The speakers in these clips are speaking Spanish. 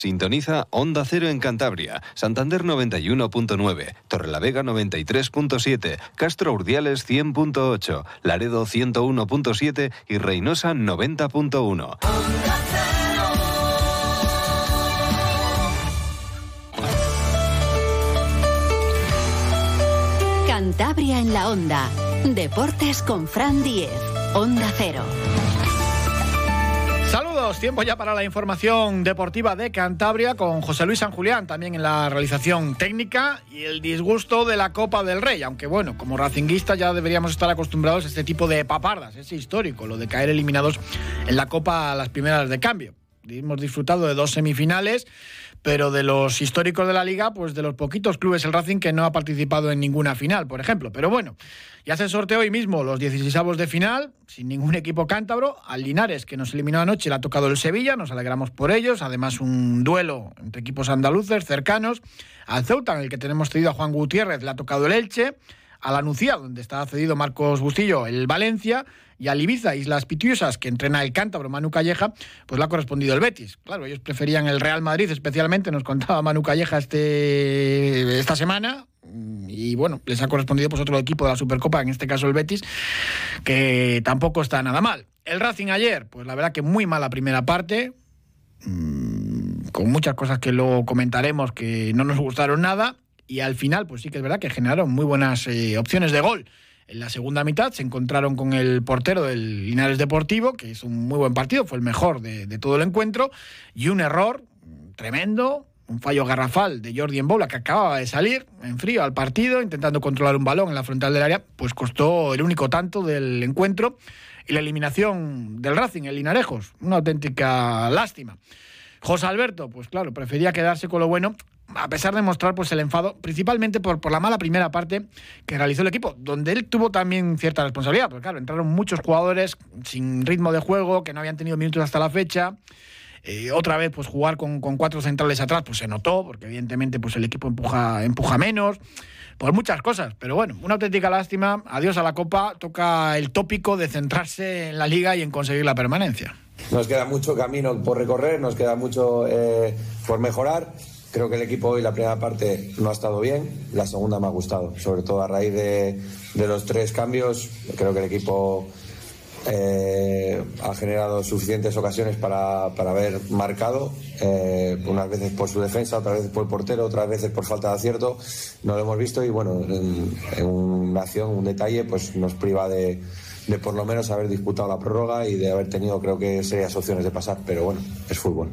Sintoniza Onda Cero en Cantabria, Santander 91.9, Torrelavega 93.7, Castro Urdiales 100.8, Laredo 101.7 y Reynosa 90.1. Cantabria en la Onda. Deportes con Fran Diez. Onda Cero. Saludos, tiempo ya para la información deportiva de Cantabria con José Luis San Julián, también en la realización técnica, y el disgusto de la Copa del Rey, aunque bueno, como racinguistas ya deberíamos estar acostumbrados a este tipo de papardas, es histórico lo de caer eliminados en la Copa a las primeras de cambio. Hemos disfrutado de 2 semifinales, pero de los históricos de la Liga, pues de los poquitos clubes el Racing que no ha participado en ninguna final, por ejemplo. Pero bueno, ya se sorteó hoy mismo los 16avos de final, sin ningún equipo cántabro. Al Linares, que nos eliminó anoche, le ha tocado el Sevilla, nos alegramos por ellos. Además, un duelo entre equipos andaluces cercanos. Al Ceuta, en el que tenemos cedido a Juan Gutiérrez, le ha tocado el Elche. A la Nucía, donde está cedido Marcos Bustillo, el Valencia, y al Ibiza, Islas Pitiusas, que entrena el cántabro Manu Calleja, pues le ha correspondido el Betis. Claro, ellos preferían el Real Madrid, especialmente, nos contaba Manu Calleja esta semana, y bueno, les ha correspondido pues otro equipo de la Supercopa, en este caso el Betis, que tampoco está nada mal. El Racing ayer, pues la verdad que muy mala primera parte, con muchas cosas que luego comentaremos que no nos gustaron nada. Y al final, pues sí que es verdad que generaron muy buenas opciones de gol. En la segunda mitad se encontraron con el portero del Linares Deportivo, que hizo un muy buen partido, fue el mejor de todo el encuentro, y un error tremendo, un fallo garrafal de Jordi Mboula, que acababa de salir en frío al partido, intentando controlar un balón en la frontal del área, pues costó el único tanto del encuentro y la eliminación del Racing, el Linarejos. Una auténtica lástima. José Alberto, pues claro, prefería quedarse con lo bueno, a pesar de mostrar pues el enfado, principalmente por la mala primera parte que realizó el equipo, donde él tuvo también cierta responsabilidad, porque claro, entraron muchos jugadores sin ritmo de juego, que no habían tenido minutos hasta la fecha. Otra vez pues jugar con 4 centrales atrás pues se notó, porque evidentemente pues el equipo empuja menos, por muchas cosas, pero bueno, una auténtica lástima. Adiós a la Copa, toca el tópico de centrarse en la Liga y en conseguir la permanencia. Nos queda mucho camino por recorrer, nos queda mucho por mejorar. Creo que el equipo hoy, la primera parte, no ha estado bien, la segunda me ha gustado, sobre todo a raíz de los 3 cambios. Creo que el equipo ha generado suficientes ocasiones para haber marcado, unas veces por su defensa, otras veces por el portero, otras veces por falta de acierto. No lo hemos visto y bueno, en una acción, un detalle, pues nos priva de por lo menos haber disputado la prórroga y de haber tenido, creo que, serias opciones de pasar, pero bueno, es fútbol.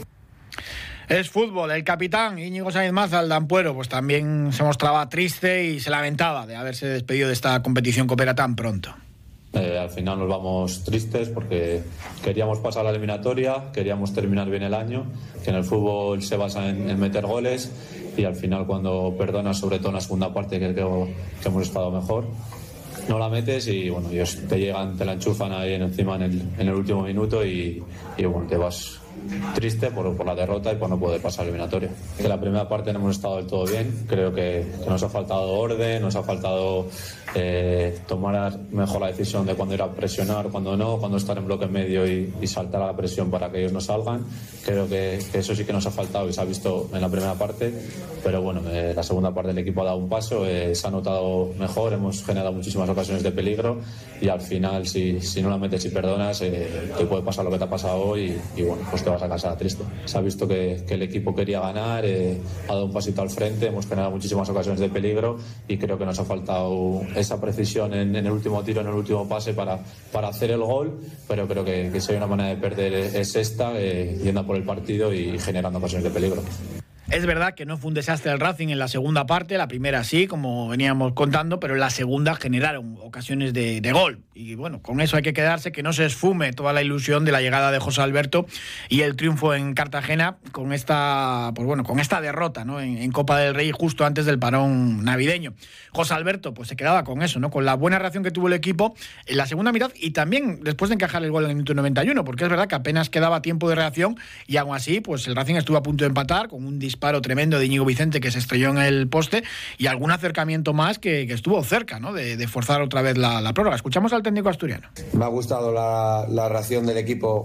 Es fútbol. El capitán Íñigo Sáenz Maza, el Dampuero, pues también se mostraba triste y se lamentaba de haberse despedido de esta competición copera tan pronto. Al final nos vamos tristes porque queríamos pasar la eliminatoria, queríamos terminar bien el año, que en el fútbol se basa en meter goles, y al final cuando perdonas, sobre todo en la segunda parte, que creo que hemos estado mejor, no la metes y bueno, ellos te llegan, te la enchufan ahí encima en el último minuto y bueno, te vas triste por la derrota y por no poder pasar la eliminatoria. Que la primera parte no hemos estado del todo bien, creo que nos ha faltado orden, nos ha faltado tomar mejor la decisión de cuándo ir a presionar, cuándo no, cuándo estar en bloque medio y saltar a la presión para que ellos no salgan. Creo que eso sí que nos ha faltado y se ha visto en la primera parte, pero bueno, la segunda parte del equipo ha dado un paso, se ha notado mejor, hemos generado muchísimas ocasiones de peligro y al final si no la metes y perdonas, te puede pasar lo que te ha pasado hoy y bueno, pues te vas a casa triste. Se ha visto que el equipo quería ganar, ha dado un pasito al frente, hemos generado muchísimas ocasiones de peligro y creo que nos ha faltado esa precisión en el último tiro, en el último pase para hacer el gol, pero creo que si hay una manera de perder es esta, yendo por el partido y generando ocasiones de peligro. Es verdad que no fue un desastre el Racing en la segunda parte, la primera sí, como veníamos contando, pero en la segunda generaron ocasiones de gol. Y bueno, con eso hay que quedarse, que no se esfume toda la ilusión de la llegada de José Alberto y el triunfo en Cartagena con esta derrota, ¿no? en Copa del Rey justo antes del parón navideño. José Alberto pues se quedaba con eso, ¿no? Con la buena reacción que tuvo el equipo en la segunda mitad y también después de encajar el gol en el minuto 91, porque es verdad que apenas quedaba tiempo de reacción y aún así pues el Racing estuvo a punto de empatar con un disparo tremendo de Íñigo Vicente que se estrelló en el poste y algún acercamiento más que estuvo cerca, ¿no? de forzar otra vez la prórroga. Escuchamos al técnico asturiano. Me ha gustado la reacción del equipo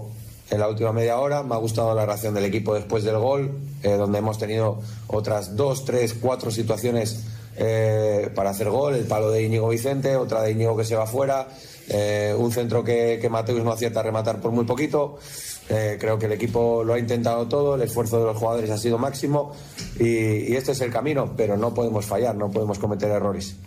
en la última media hora. Me ha gustado la reacción del equipo después del gol, donde hemos tenido otras 2, 3, 4 situaciones para hacer gol. El palo de Íñigo Vicente, otra de Íñigo que se va fuera, un centro que Mateus no acierta a rematar por muy poquito. Creo que el equipo lo ha intentado todo, el esfuerzo de los jugadores ha sido máximo y este es el camino, pero no podemos fallar, no podemos cometer errores.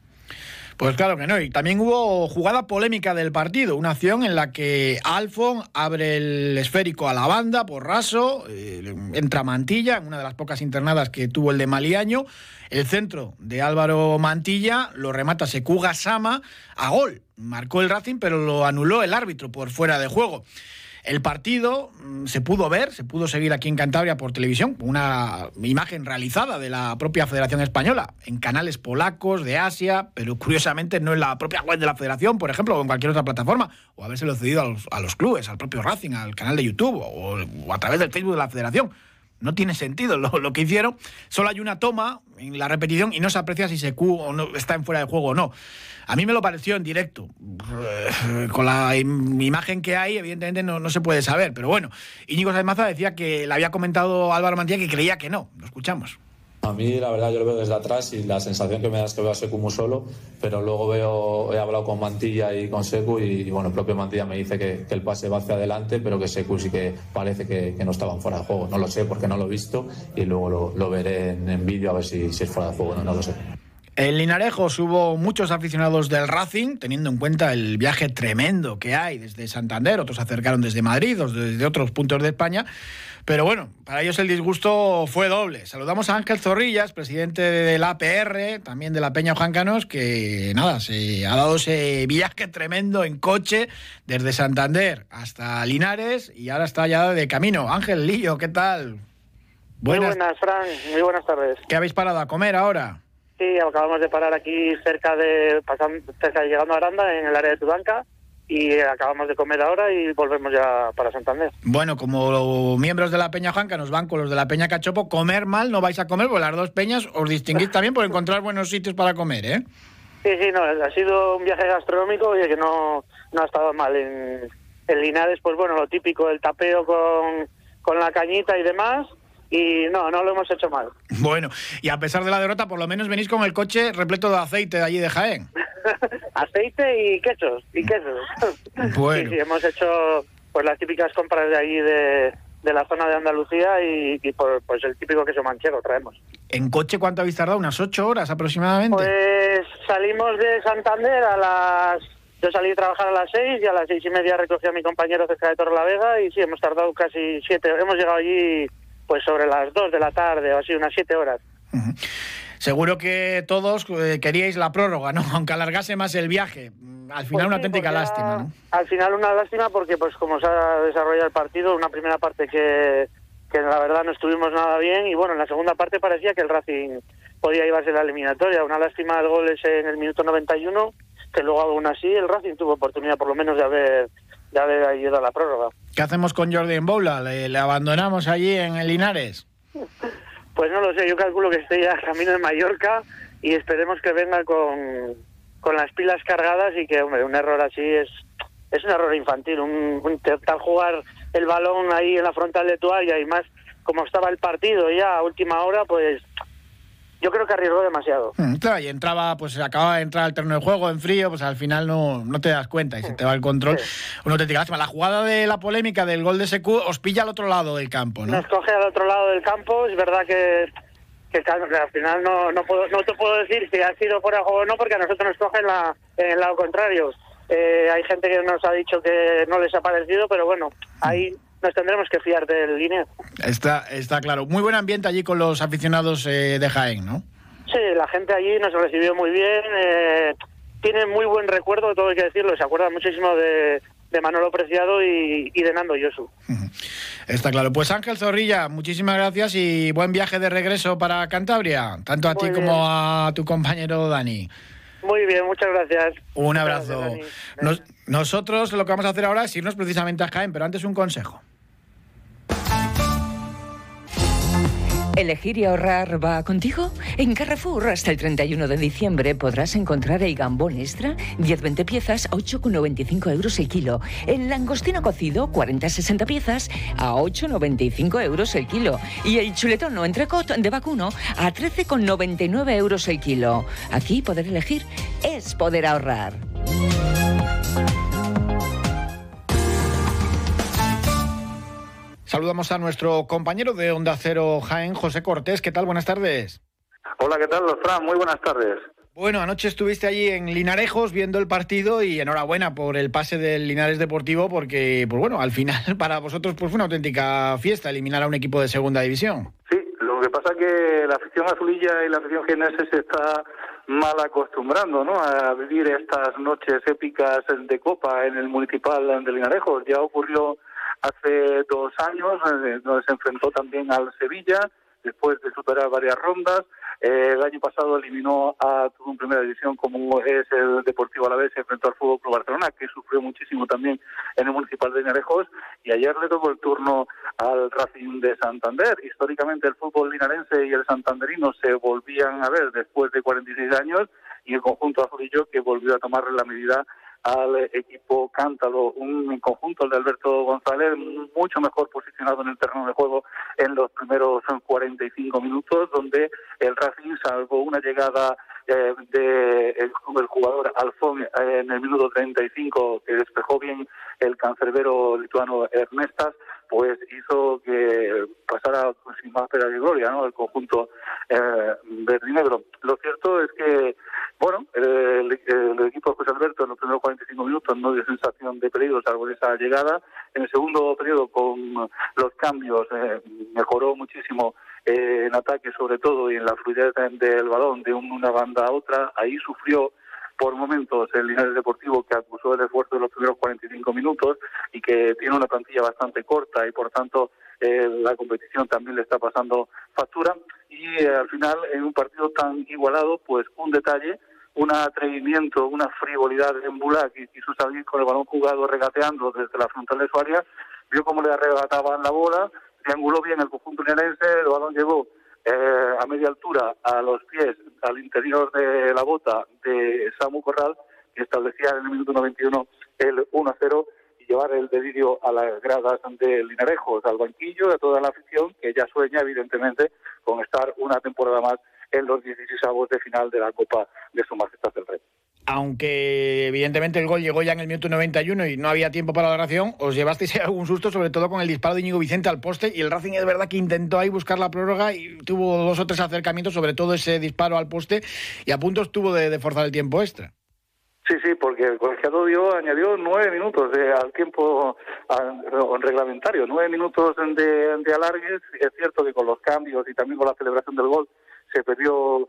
Pues claro que no, y también hubo jugada polémica del partido, una acción en la que Alfon abre el esférico a la banda por raso, entra Mantilla, en una de las pocas internadas que tuvo el de Maliaño, el centro de Álvaro Mantilla lo remata Sekou Gassama a gol, marcó el Racing pero lo anuló el árbitro por fuera de juego. El partido se pudo ver, se pudo seguir aquí en Cantabria por televisión, una imagen realizada de la propia Federación Española, en canales polacos, de Asia, pero curiosamente no en la propia web de la Federación, por ejemplo, o en cualquier otra plataforma, o habérselo cedido a los clubes, al propio Racing, al canal de YouTube, o a través del Facebook de la Federación. No tiene sentido lo que hicieron. Solo hay una toma en la repetición y no se aprecia si Sekou o no está en fuera de juego o no. A mí me lo pareció en directo. Con la imagen que hay, evidentemente no se puede saber. Pero bueno, Íñigo Sáenz Mazza decía que le había comentado a Álvaro Mantilla que creía que no. Lo escuchamos. A mí, la verdad, yo lo veo desde atrás y la sensación que me da es que veo a Sekou muy solo, pero luego he hablado con Mantilla y con Sekou y bueno, el propio Mantilla me dice que el pase va hacia adelante, pero que Sekou sí que parece que no estaban fuera de juego. No lo sé porque no lo he visto y luego lo veré en vídeo a ver si es fuera de juego, no lo sé. En Linarejos hubo muchos aficionados del Racing, teniendo en cuenta el viaje tremendo que hay desde Santander, otros se acercaron desde Madrid, otros desde otros puntos de España, pero bueno, para ellos el disgusto fue doble. Saludamos a Ángel Zorrillas, presidente del APR, también de la Peña Ojáncanos, que nada, se ha dado ese viaje tremendo en coche desde Santander hasta Linares y ahora está ya de camino. Ángel Lillo, ¿qué tal? Muy buenas, Fran, muy buenas tardes. ¿Qué habéis parado a comer ahora? Sí, acabamos de parar aquí cerca de llegando a Aranda, en el área de Tudanca, y acabamos de comer ahora y volvemos ya para Santander. Bueno, como miembros de la Peña Juanca nos van con los de la Peña Cachopo, comer mal no vais a comer, porque las dos peñas os distinguís también por encontrar buenos sitios para comer, ¿eh? Sí, no, ha sido un viaje gastronómico y que no ha estado mal. En Linares, pues bueno, lo típico, el tapeo con la cañita y demás. Y no lo hemos hecho mal. Bueno, y a pesar de la derrota, por lo menos venís con el coche repleto de aceite de allí de Jaén. Aceite y quesos. Bueno. Sí, hemos hecho pues las típicas compras de allí de la zona de Andalucía y pues el típico queso manchego traemos. ¿En coche cuánto habéis tardado? ¿Unas 8 horas aproximadamente? Pues salimos de Santander Yo salí a trabajar a las 6 y a las 6:30 recogí a mi compañero cerca de Torrelavega y sí, hemos tardado casi 7. Hemos llegado allí pues sobre las 2 de la tarde o así, unas 7 horas. Uh-huh. Seguro que todos queríais la prórroga, ¿no? Aunque alargase más el viaje. Al final pues una auténtica lástima, ¿no? Al final una lástima porque, pues como se ha desarrollado el partido, una primera parte que la verdad no estuvimos nada bien y bueno, en la segunda parte parecía que el Racing podía llevarse la eliminatoria. Una lástima el gol ese en el minuto 91, que luego aún así el Racing tuvo oportunidad por lo menos de haber ayudado a la prórroga. ¿Qué hacemos con Jordi Mboula? ¿Le abandonamos allí en el Linares? Pues no lo sé, yo calculo que esté ya camino de Mallorca y esperemos que venga con las pilas cargadas y que, hombre, un error así es un error infantil, un intentar jugar el balón ahí en la frontal de toalla y más como estaba el partido ya a última hora, pues yo creo que arriesgó demasiado. Claro, y entraba, pues acababa de entrar al terreno de juego en frío, pues al final no te das cuenta y se te va el control. Sí. Una auténtica lástima. La jugada de la polémica del gol de Sekou os pilla al otro lado del campo, ¿no? Nos coge al otro lado del campo, es verdad que al final no te puedo decir si ha sido fuera de juego o no, porque a nosotros nos coge en el lado contrario. Hay gente que nos ha dicho que no les ha parecido, pero bueno, ahí nos tendremos que fiar del Línea. Está claro. Muy buen ambiente allí con los aficionados de Jaén, ¿no? Sí, la gente allí nos recibió muy bien. Tiene muy buen recuerdo, todo hay que decirlo. Se acuerda muchísimo de Manolo Preciado y de Nando Yosu. Está claro. Pues Ángel Zorrilla, muchísimas gracias y buen viaje de regreso para Cantabria, tanto a ti como a tu compañero Dani. Muy bien, muchas gracias. Un abrazo. Gracias, nosotros lo que vamos a hacer ahora es irnos precisamente a Jaén, pero antes un consejo. ¿Elegir y ahorrar va contigo? En Carrefour, hasta el 31 de diciembre, podrás encontrar el gambón extra, 10-20 piezas, a 8,95 € el kilo. El langostino cocido, 40-60 piezas, a 8,95 € el kilo. Y el chuletón o entrecot de vacuno, a 13,99 € el kilo. Aquí poder elegir es poder ahorrar. Saludamos a nuestro compañero de Onda Cero Jaén, José Cortés. ¿Qué tal? Buenas tardes. Hola, ¿qué tal, Fran? Muy buenas tardes. Bueno, anoche estuviste allí en Linarejos viendo el partido y enhorabuena por el pase del Linares Deportivo porque, pues bueno, al final para vosotros pues fue una auténtica fiesta eliminar a un equipo de segunda división. Sí, lo que pasa es que la afición azulilla y la afición jienense se está mal acostumbrando, ¿no?, a vivir estas noches épicas de Copa en el Municipal de Linarejos. Ya ocurrió hace 2 años, donde se enfrentó también al Sevilla, después de superar varias rondas. El año pasado eliminó a todo en primera división, como es el Deportivo Alavés, se enfrentó al Fútbol Club Barcelona, que sufrió muchísimo también en el Municipal de Linarejos, y ayer le tocó el turno al Racing de Santander. Históricamente el fútbol linarense y el santanderino se volvían a ver después de 46 años, y el conjunto azulillo que volvió a tomar la medida al equipo cántabro, un conjunto, el de Alberto González, mucho mejor posicionado en el terreno de juego en los primeros 45 minutos, donde el Racing salvó una llegada del jugador Alfón en el minuto 35, que despejó bien el cancerbero lituano Ernestas, pues hizo que pasara sin más pena de gloria, ¿no?, el conjunto verdinegro. Lo cierto es que, bueno, el equipo de José Alberto en los primeros 45 minutos no dio sensación de peligro, salvo esa llegada. En el segundo periodo, con los cambios, mejoró muchísimo en ataque, sobre todo, y en la fluidez del balón de una banda a otra. Ahí sufrió por momentos el Linares Deportivo, que acusó el esfuerzo de los primeros 45 minutos y que tiene una plantilla bastante corta y por tanto la competición también le está pasando factura. Y al final, en un partido tan igualado, pues un detalle, un atrevimiento, una frivolidad en Bula, que quiso salir con el balón jugado regateando desde la frontal de su área, vio cómo le arrebataban la bola, trianguló bien el conjunto linarense, el balón llegó a media altura a los pies, al interior de la bota de Samu Corral, que establecía en el minuto 91 el 1-0, y llevar el delirio a las gradas de Linarejos, al banquillo, a toda la afición, que ya sueña evidentemente con estar una temporada más en los 16avos de final de la Copa de Su Majestad el Rey. Aunque evidentemente el gol llegó ya en el minuto 91 y no había tiempo para la oración, os llevasteis algún susto, sobre todo con el disparo de Íñigo Vicente al poste, y el Racing es verdad que intentó ahí buscar la prórroga y tuvo 2 o 3 acercamientos, sobre todo ese disparo al poste, y a punto estuvo de forzar el tiempo extra. Sí, porque el colegiado añadió 9 minutos al tiempo reglamentario, 9 minutos de alargues. Es cierto que con los cambios y también con la celebración del gol se perdió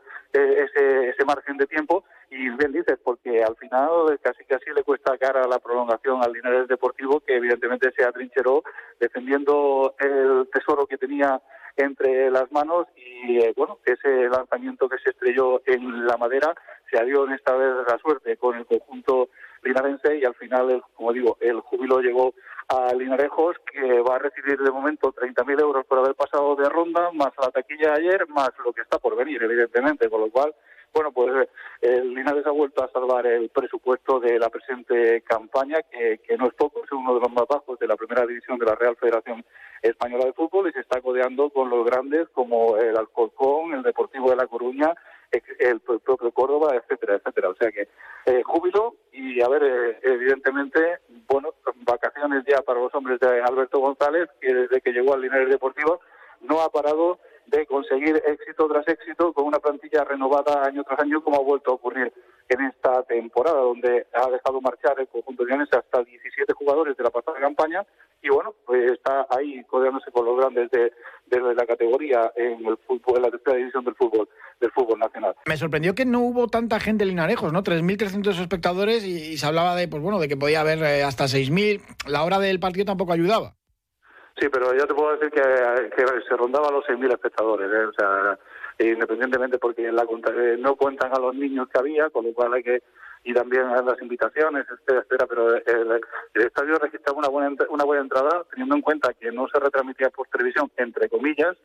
ese margen de tiempo, y bien dices, porque al final casi le cuesta cara a la prolongación al Linares Deportivo, que evidentemente se atrincheró defendiendo el tesoro que tenía entre las manos, y bueno, ese lanzamiento que se estrelló en la madera se dio en esta vez la suerte con el conjunto linarense, y al final, como digo, el júbilo llegó a Linarejos, que va a recibir de momento 30.000 euros por haber pasado de ronda, más la taquilla de ayer, más lo que está por venir, evidentemente, con lo cual, bueno, pues el Linares ha vuelto a salvar el presupuesto de la presente campaña, que no es poco, es uno de los más bajos de la primera división de la Real Federación Española de Fútbol, y se está codeando con los grandes como el Alcorcón, el Deportivo de La Coruña, el propio Córdoba, etcétera. O sea que júbilo, y a ver, evidentemente, bueno, vacaciones ya para los hombres de Alberto González, que desde que llegó al Linares Deportivo no ha parado de conseguir éxito tras éxito con una plantilla renovada año tras año, como ha vuelto a ocurrir en esta temporada, donde ha dejado marchar el conjunto linarense hasta 17 jugadores de la pasada campaña, y bueno, pues está ahí codeándose con los grandes de la categoría en el fútbol, en la tercera división del fútbol nacional. Me sorprendió que no hubo tanta gente en Linarejos, ¿no? 3.300 espectadores, y se hablaba de, pues bueno, de que podía haber hasta 6.000. La hora del partido tampoco ayudaba. Sí, pero yo te puedo decir que se rondaba los 6.000 espectadores, o sea, independientemente, porque no cuentan a los niños que había, con lo cual hay que, y también a las invitaciones, etcétera, pero el estadio registraba una buena entrada, teniendo en cuenta que no se retransmitía por televisión, entre comillas,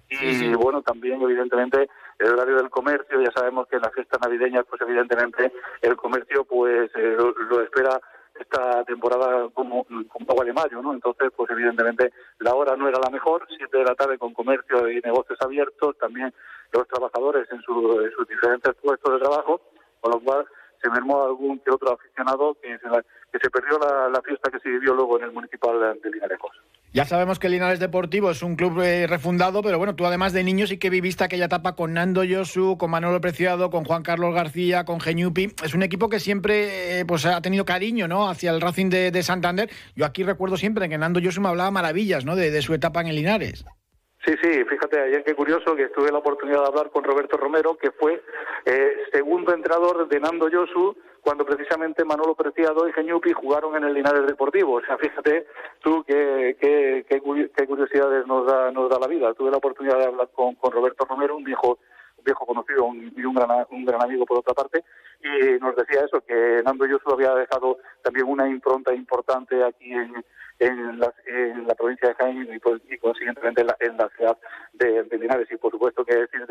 Y bueno, también evidentemente el horario del comercio, ya sabemos que en las fiestas navideñas pues evidentemente el comercio pues lo espera esta temporada como agua de mayo, ¿no? Entonces pues evidentemente la hora no era la mejor, 7 de la tarde con comercio y negocios abiertos, también los trabajadores en sus diferentes puestos de trabajo, con lo cual se mermó algún que otro aficionado que se perdió la fiesta que se vivió luego en el Municipal de Linarejos. Ya sabemos que el Linares Deportivo es un club refundado, pero bueno, tú además de niño sí que viviste aquella etapa con Nando Josu, con Manolo Preciado, con Juan Carlos García, con Geñupi. Es un equipo que siempre pues ha tenido cariño, ¿no?, hacia el Racing de Santander. Yo aquí recuerdo siempre que Nando Josu me hablaba maravillas, ¿no?, de su etapa en el Linares. Sí, fíjate, ayer qué curioso que tuve la oportunidad de hablar con Roberto Romero, que fue segundo entrenador de Nando Josu cuando precisamente Manolo Preciado y Geñupi jugaron en el Linares Deportivo. O sea, fíjate tú qué curiosidades nos da la vida. Tuve la oportunidad de hablar con Roberto Romero, un viejo conocido y un gran amigo por otra parte, y nos decía eso, que Nando Josu había dejado también una impronta importante aquí en la provincia de Jaén y consiguientemente en la ciudad de Linares. Y por supuesto que decir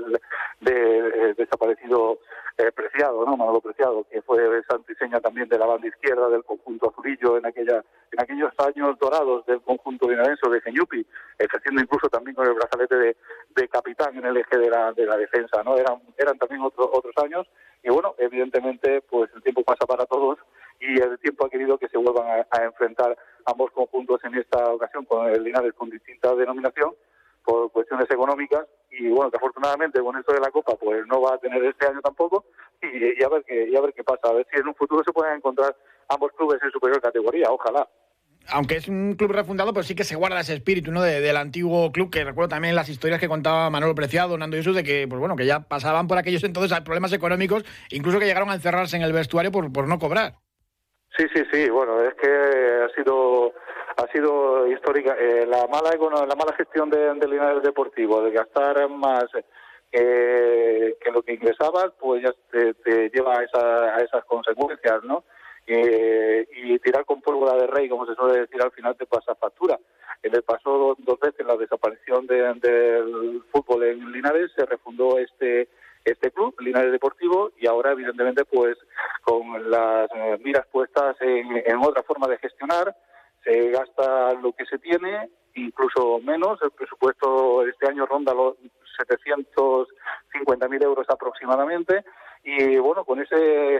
del desaparecido Preciado, ¿no?, Manolo Preciado, que fue santo y seña también de la banda izquierda del conjunto azulillo en aquellos años dorados del conjunto linarense de Geñupi, ejerciendo incluso también con el brazalete de capitán en el eje de la defensa, ¿no? Eran también otros años, y bueno, evidentemente pues el tiempo pasa para todos y el tiempo ha querido que se vuelvan a enfrentar ambos conjuntos en esta ocasión, con el Linares con distinta denominación por cuestiones económicas, y bueno, que afortunadamente con esto de la Copa pues no va a tener este año tampoco, y a ver qué pasa, a ver si en un futuro se pueden encontrar ambos clubes en superior categoría, ojalá. Aunque es un club refundado, pues sí que se guarda ese espíritu, ¿no?, del antiguo club, que recuerdo también las historias que contaba Manolo Preciado, Nando Josu, de que pues bueno, que ya pasaban por aquellos entonces problemas económicos, incluso que llegaron a encerrarse en el vestuario por no cobrar. Sí, bueno, es que ha sido histórica la mala gestión del Linares Deportivo, de gastar más que lo que ingresabas, pues ya te lleva a esas consecuencias, ¿no? Y tirar con pólvora de rey, como se suele decir, al final te pasa factura. Le pasó dos veces la desaparición del fútbol en Linares, se refundó este club, Linares Deportivo, y ahora evidentemente pues con las miras puestas en otra forma de gestionar, se gasta lo que se tiene, incluso menos. El presupuesto este año ronda los 750.000 euros aproximadamente, y bueno, con esas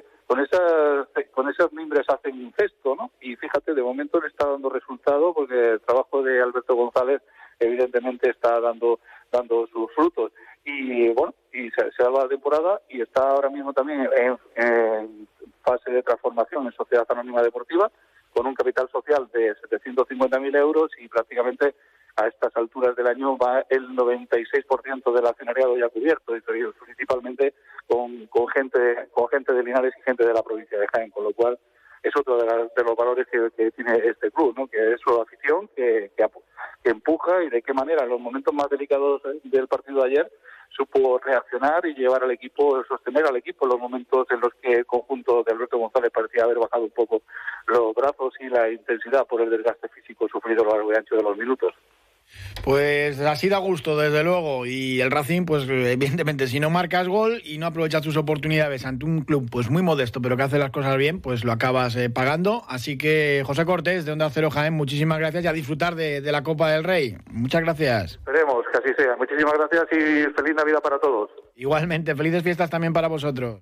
mimbres hacen un cesto, ¿no? Y fíjate, de momento le está dando resultado, porque el trabajo de Alberto González evidentemente está dando sus frutos. Y bueno, y se salva la temporada y está ahora mismo también en fase de transformación en Sociedad Anónima Deportiva, con un capital social de 750.000 euros, y prácticamente a estas alturas del año va el 96% del accionariado ya cubierto, y principalmente con gente de Linares y gente de la provincia de Jaén, con lo cual es otro de los valores que tiene este club, ¿no?, que es su afición, que empuja, y de qué manera en los momentos más delicados del partido de ayer supo reaccionar y llevar al equipo, sostener al equipo en los momentos en los que el conjunto de Alberto González parecía haber bajado un poco los brazos y la intensidad por el desgaste físico sufrido a lo largo y ancho de los minutos. Pues así da gusto, desde luego, y el Racing, pues evidentemente, si no marcas gol y no aprovechas tus oportunidades ante un club pues muy modesto, pero que hace las cosas bien, pues lo acabas pagando. Así que, José Cortés, de Onda Cero Jaén, muchísimas gracias, y a disfrutar de la Copa del Rey. Muchas gracias. Esperemos que así sea. Muchísimas gracias y feliz Navidad para todos. Igualmente, felices fiestas también para vosotros.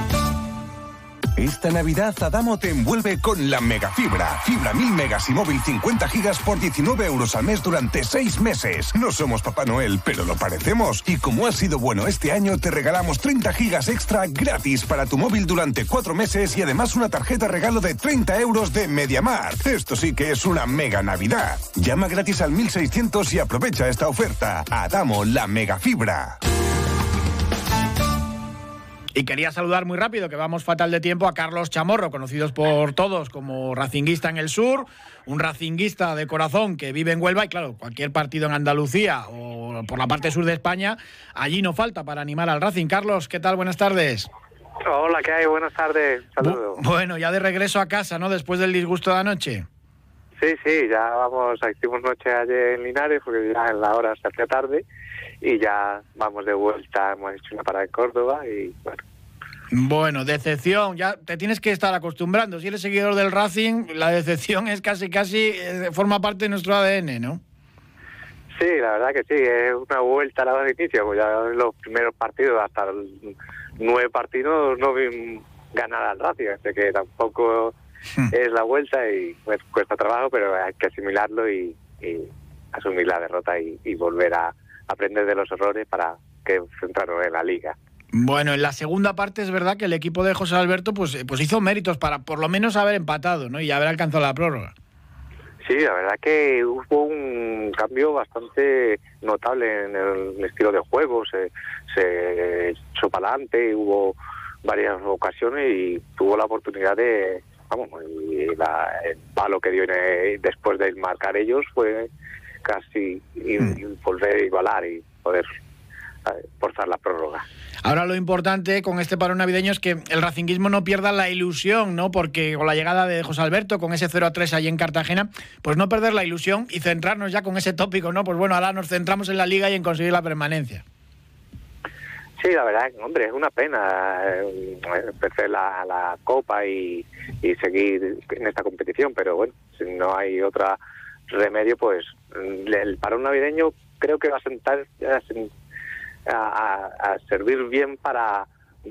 Esta Navidad Adamo te envuelve con la megafibra. Fibra 1000 megas y móvil 50 gigas por 19 euros al mes durante 6 meses. No somos Papá Noel, pero lo parecemos. Y como ha sido bueno este año, te regalamos 30 gigas extra gratis para tu móvil durante 4 meses y además una tarjeta regalo de 30 euros de MediaMarkt. Esto sí que es una mega Navidad. Llama gratis al 1600 y aprovecha esta oferta. Adamo, la megafibra. Y quería saludar muy rápido, que vamos fatal de tiempo, a Carlos Chamorro, conocidos por todos como racinguista en el sur, un racinguista de corazón que vive en Huelva, y claro, cualquier partido en Andalucía o por la parte sur de España, allí no falta para animar al Racing. Carlos, ¿qué tal? Buenas tardes. Hola, ¿qué hay? Buenas tardes. Saludos. Bueno, ya de regreso a casa, ¿no?, después del disgusto de anoche. Sí, ya vamos, hicimos noche ayer en Linares, porque ya en la hora se hacía tarde, y ya vamos de vuelta, hemos hecho una parada en Córdoba y bueno. Bueno, decepción, ya te tienes que estar acostumbrando. Si eres seguidor del Racing, la decepción es casi forma parte de nuestro ADN, ¿no? Sí, la verdad que sí, es una vuelta a la de inicio, pues ya en los primeros partidos, hasta los 9 partidos, no vi ganar al Racing, así que tampoco es la vuelta y pues, cuesta trabajo, pero hay que asimilarlo y asumir la derrota y volver a aprender de los errores para que centrarnos en la Liga. Bueno, en la segunda parte es verdad que el equipo de José Alberto pues hizo méritos para por lo menos haber empatado, ¿no? Y haber alcanzado la prórroga. Sí, la verdad que hubo un cambio bastante notable en el estilo de juego, se echó para adelante, hubo varias ocasiones y tuvo la oportunidad de, el palo que dio después de marcar ellos fue casi volver a igualar y poder forzar la prórroga. Ahora lo importante con este paro navideño es que el racinguismo no pierda la ilusión, ¿no? Porque con la llegada de José Alberto, con ese 0-3 allí en Cartagena, pues no perder la ilusión y centrarnos ya con ese tópico, ¿no? Pues bueno, ahora nos centramos en la Liga y en conseguir la permanencia. Sí, la verdad, hombre, es una pena empezar la Copa y seguir en esta competición, pero bueno, si no hay otro remedio, pues el paro navideño creo que va a servir bien para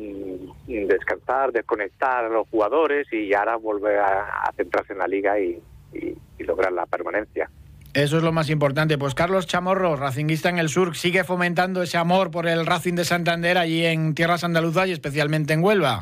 descansar, desconectar a los jugadores y ahora volver a centrarse en la Liga y lograr la permanencia. Eso es lo más importante. Pues Carlos Chamorro, racinguista en el sur, sigue fomentando ese amor por el Racing de Santander allí en tierras andaluzas y especialmente en Huelva.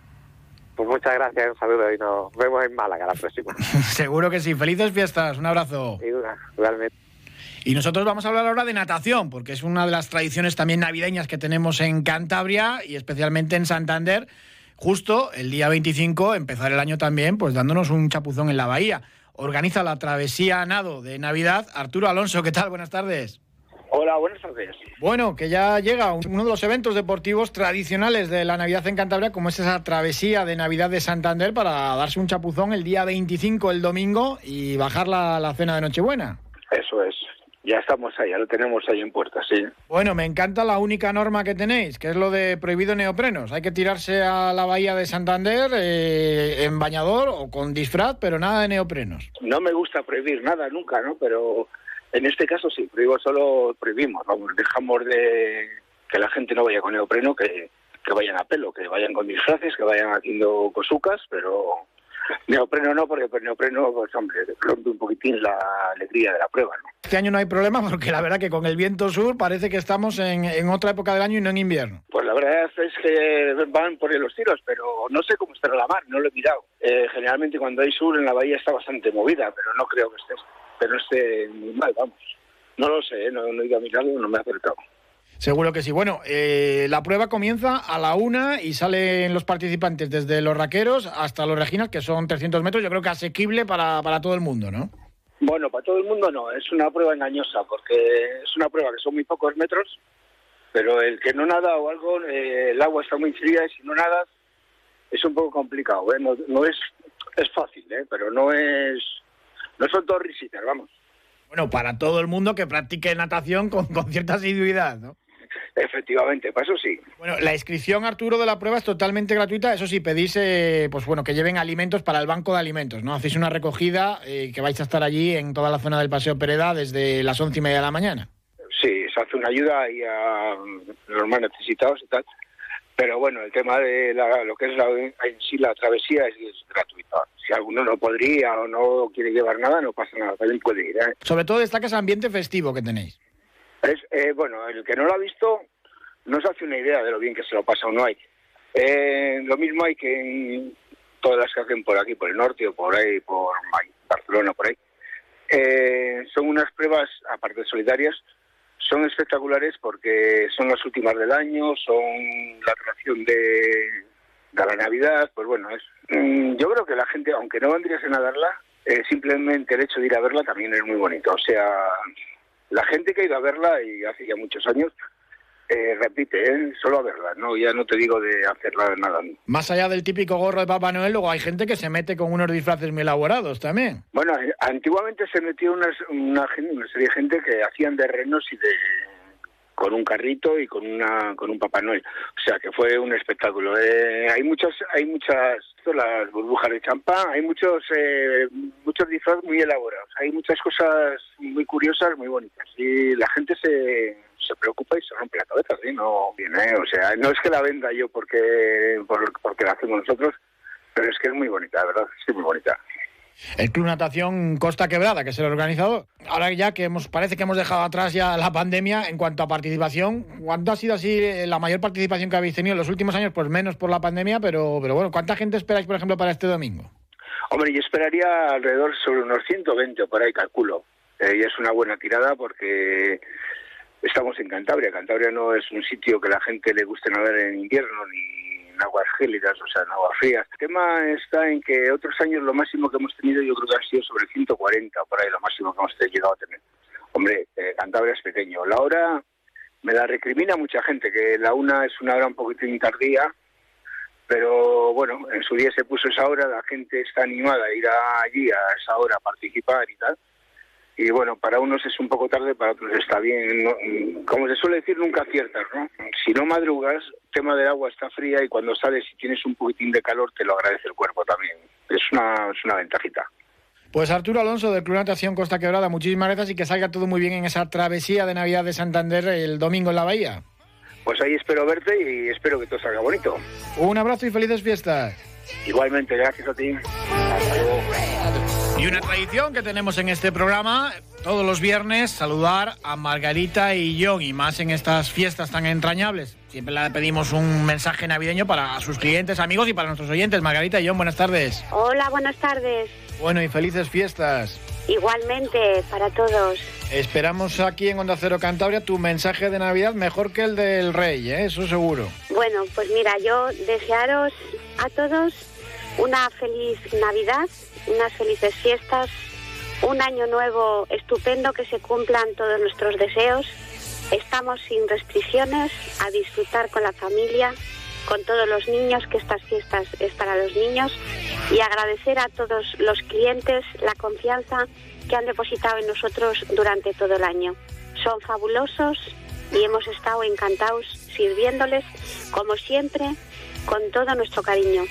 Pues muchas gracias, un saludo y nos vemos en Málaga la próxima. Seguro que sí. Felices fiestas, un abrazo. Igualmente. Y nosotros vamos a hablar ahora de natación, porque es una de las tradiciones también navideñas que tenemos en Cantabria y especialmente en Santander. Justo el día 25, empezar el año también, pues dándonos un chapuzón en la bahía. Organiza la travesía a nado de Navidad Arturo Alonso. ¿Qué tal? Buenas tardes. Hola, buenas tardes. Bueno, que ya llega uno de los eventos deportivos tradicionales de la Navidad en Cantabria, como es esa travesía de Navidad de Santander, para darse un chapuzón el día 25, el domingo, y bajar la cena de Nochebuena. Eso es. Ya estamos ahí, ya lo tenemos ahí en puerta, sí. Bueno, me encanta la única norma que tenéis, que es lo de prohibido neoprenos. Hay que tirarse a la bahía de Santander en bañador o con disfraz, pero nada de neoprenos. No me gusta prohibir nada nunca, ¿no? Pero en este caso sí, prohibimos, vamos, dejamos de que la gente no vaya con neopreno, que vayan a pelo, que vayan con disfraces, que vayan haciendo cosucas, pero neopreno no, porque el neopreno, pues hombre, rompe un poquitín la alegría de la prueba, ¿no? Este año no hay problema porque la verdad que con el viento sur parece que estamos en otra época del año y no en invierno. Pues la verdad es que van por los tiros, pero no sé cómo estará la mar, no lo he mirado. Generalmente cuando hay sur en la bahía está bastante movida, pero no creo que esté muy mal, vamos. No lo sé, no he ido a mirarlo, no me he acercado. Seguro que sí. Bueno, la prueba comienza a la 1 y salen los participantes desde los raqueros hasta los reginas, que son 300 metros. Yo creo que asequible para todo el mundo, ¿no? Bueno, para todo el mundo no. Es una prueba engañosa porque es una prueba que son muy pocos metros, pero el que no nada o algo, el agua está muy fría y si no nadas es un poco complicado, ¿eh? No es fácil, ¿eh? Pero no son todos risitas, vamos. Bueno, para todo el mundo que practique natación con cierta asiduidad, ¿no? Efectivamente, para eso sí. Bueno, la inscripción, Arturo, de la prueba es totalmente gratuita. Eso sí, pedís pues bueno, que lleven alimentos para el banco de alimentos, ¿no? Hacéis una recogida que vais a estar allí en toda la zona del Paseo Pereda desde las 11:30 de la mañana. Sí, se hace una ayuda ahí a los más necesitados y tal. Pero bueno, el tema de lo que es en sí la travesía es gratuita. Si alguno no podría o no quiere llevar nada, no pasa nada, también puede ir, ¿eh? Sobre todo destaca ese ambiente festivo que tenéis. Bueno, el que no lo ha visto no se hace una idea de lo bien que se lo pasa o no hay. Lo mismo hay que en todas las que hacen por aquí, por el norte o por ahí, por Barcelona, por ahí. Son unas pruebas, aparte de solidarias, son espectaculares porque son las últimas del año, son la atracción de la Navidad, pues bueno, yo creo que la gente, aunque no vendrías a nadarla, simplemente el hecho de ir a verla también es muy bonito. O sea, la gente que ha ido a verla, y hace ya muchos años, repite, solo a verla, ¿no? Ya no te digo de hacerla nada. Más allá del típico gorro de Papá Noel, luego hay gente que se mete con unos disfraces muy elaborados también. Bueno, antiguamente se metió una serie de gente que hacían de renos y con un carrito y con un Papá Noel. O sea que fue un espectáculo. Hay muchas las burbujas de champán, hay muchos disfraces muy elaborados, hay muchas cosas muy curiosas, muy bonitas, y la gente se preocupa y se rompe la cabeza, ¿sí? No viene, o sea, no es que la venda yo porque la hacemos nosotros, pero es que es muy bonita, ¿verdad? Sí, muy bonita. El Club Natación Costa Quebrada, que es el organizador. Ahora ya que parece que hemos dejado atrás ya la pandemia, en cuanto a participación, ¿cuánto ha sido así la mayor participación que habéis tenido en los últimos años? Pues menos por la pandemia, pero bueno, ¿cuánta gente esperáis, por ejemplo, para este domingo? Hombre, yo esperaría alrededor sobre unos 120 o por ahí, calculo. Y es una buena tirada porque estamos en Cantabria. Cantabria no es un sitio que la gente le guste nadar en invierno ni en aguas gélidas, o sea, en aguas frías. El tema está en que otros años lo máximo que hemos tenido yo creo que ha sido sobre 140, por ahí lo máximo que hemos llegado a tener. Hombre, Cantabria es pequeño. La hora me la recrimina mucha gente, que la una es una hora un poquitín tardía, pero bueno, en su día se puso esa hora, la gente está animada a ir allí a esa hora a participar y tal. Y bueno, para unos es un poco tarde, para otros está bien. No, como se suele decir, nunca aciertas, ¿no? Si no madrugas, el tema del agua está fría y cuando sales y tienes un poquitín de calor te lo agradece el cuerpo también. Es una ventajita. Pues Arturo Alonso del Club Natación Costa Quebrada, muchísimas gracias y que salga todo muy bien en esa travesía de Navidad de Santander el domingo en la Bahía. Pues ahí espero verte y espero que todo salga bonito. Un abrazo y felices fiestas. Igualmente, gracias a ti. Hasta luego. Y una tradición que tenemos en este programa, todos los viernes, saludar a Margarita y John, y más en estas fiestas tan entrañables. Siempre le pedimos un mensaje navideño para sus clientes, amigos y para nuestros oyentes. Margarita y John, buenas tardes. Hola, buenas tardes. Bueno, y felices fiestas. Igualmente, para todos. Esperamos aquí en Onda Cero Cantabria tu mensaje de Navidad mejor que el del Rey, eso seguro. Bueno, pues mira, yo desearos a todos una feliz Navidad, unas felices fiestas, un año nuevo estupendo, que se cumplan todos nuestros deseos. Estamos sin restricciones, a disfrutar con la familia, con todos los niños, que estas fiestas es para los niños, y agradecer a todos los clientes la confianza que han depositado en nosotros durante todo el año. Son fabulosos y hemos estado encantados sirviéndoles, como siempre, con todo nuestro cariño.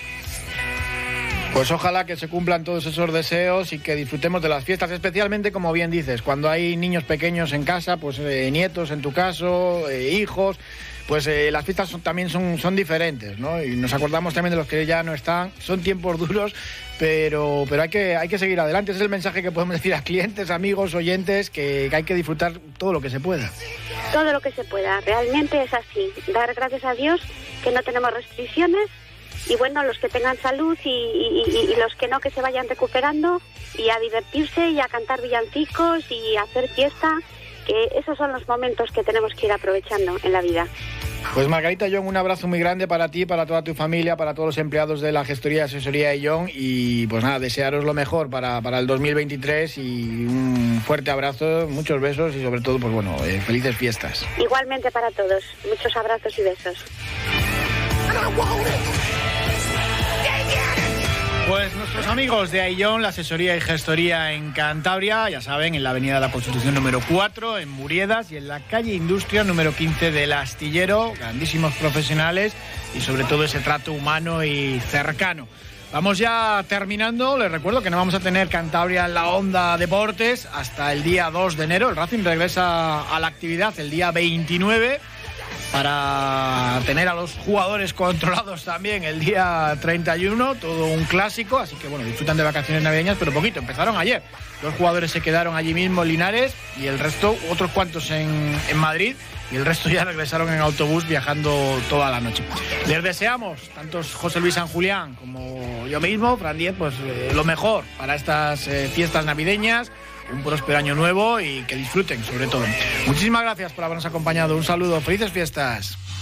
Pues ojalá que se cumplan todos esos deseos y que disfrutemos de las fiestas, especialmente, como bien dices, cuando hay niños pequeños en casa, pues nietos en tu caso, hijos, pues las fiestas también son diferentes, ¿no? Y nos acordamos también de los que ya no están. Son tiempos duros, pero hay que seguir adelante. Ese es el mensaje que podemos decir a clientes, amigos, oyentes, que hay que disfrutar todo lo que se pueda. Todo lo que se pueda, realmente es así. Dar gracias a Dios que no tenemos restricciones. Y bueno, los que tengan salud y los que no, que se vayan recuperando, y a divertirse y a cantar villancicos y a hacer fiesta, que esos son los momentos que tenemos que ir aprovechando en la vida. Pues Margarita, John, un abrazo muy grande para ti, para toda tu familia, para todos los empleados de la gestoría y asesoría de John, y pues nada, desearos lo mejor para el 2023 y un fuerte abrazo, muchos besos y sobre todo, pues bueno, felices fiestas. Igualmente para todos, muchos abrazos y besos. Pues nuestros amigos de Aillón, la asesoría y gestoría en Cantabria, ya saben, en la avenida de la Constitución número 4, en Muriedas, y en la calle Industria número 15 del Astillero, grandísimos profesionales y sobre todo ese trato humano y cercano. Vamos ya terminando, les recuerdo que no vamos a tener Cantabria en la Onda Deportes hasta el día 2 de enero, el Racing regresa a la actividad el día 29, para tener a los jugadores controlados también el día 31, todo un clásico, así que bueno, disfrutan de vacaciones navideñas, pero poquito, empezaron ayer. Los jugadores se quedaron allí mismo en Linares y el resto, otros cuantos en Madrid, y el resto ya regresaron en autobús viajando toda la noche. Les deseamos, tantos José Luis San Julián como yo mismo, Fran Diez, pues lo mejor para estas fiestas navideñas, un próspero año nuevo y que disfruten sobre todo. Muchísimas gracias por habernos acompañado. Un saludo, felices fiestas.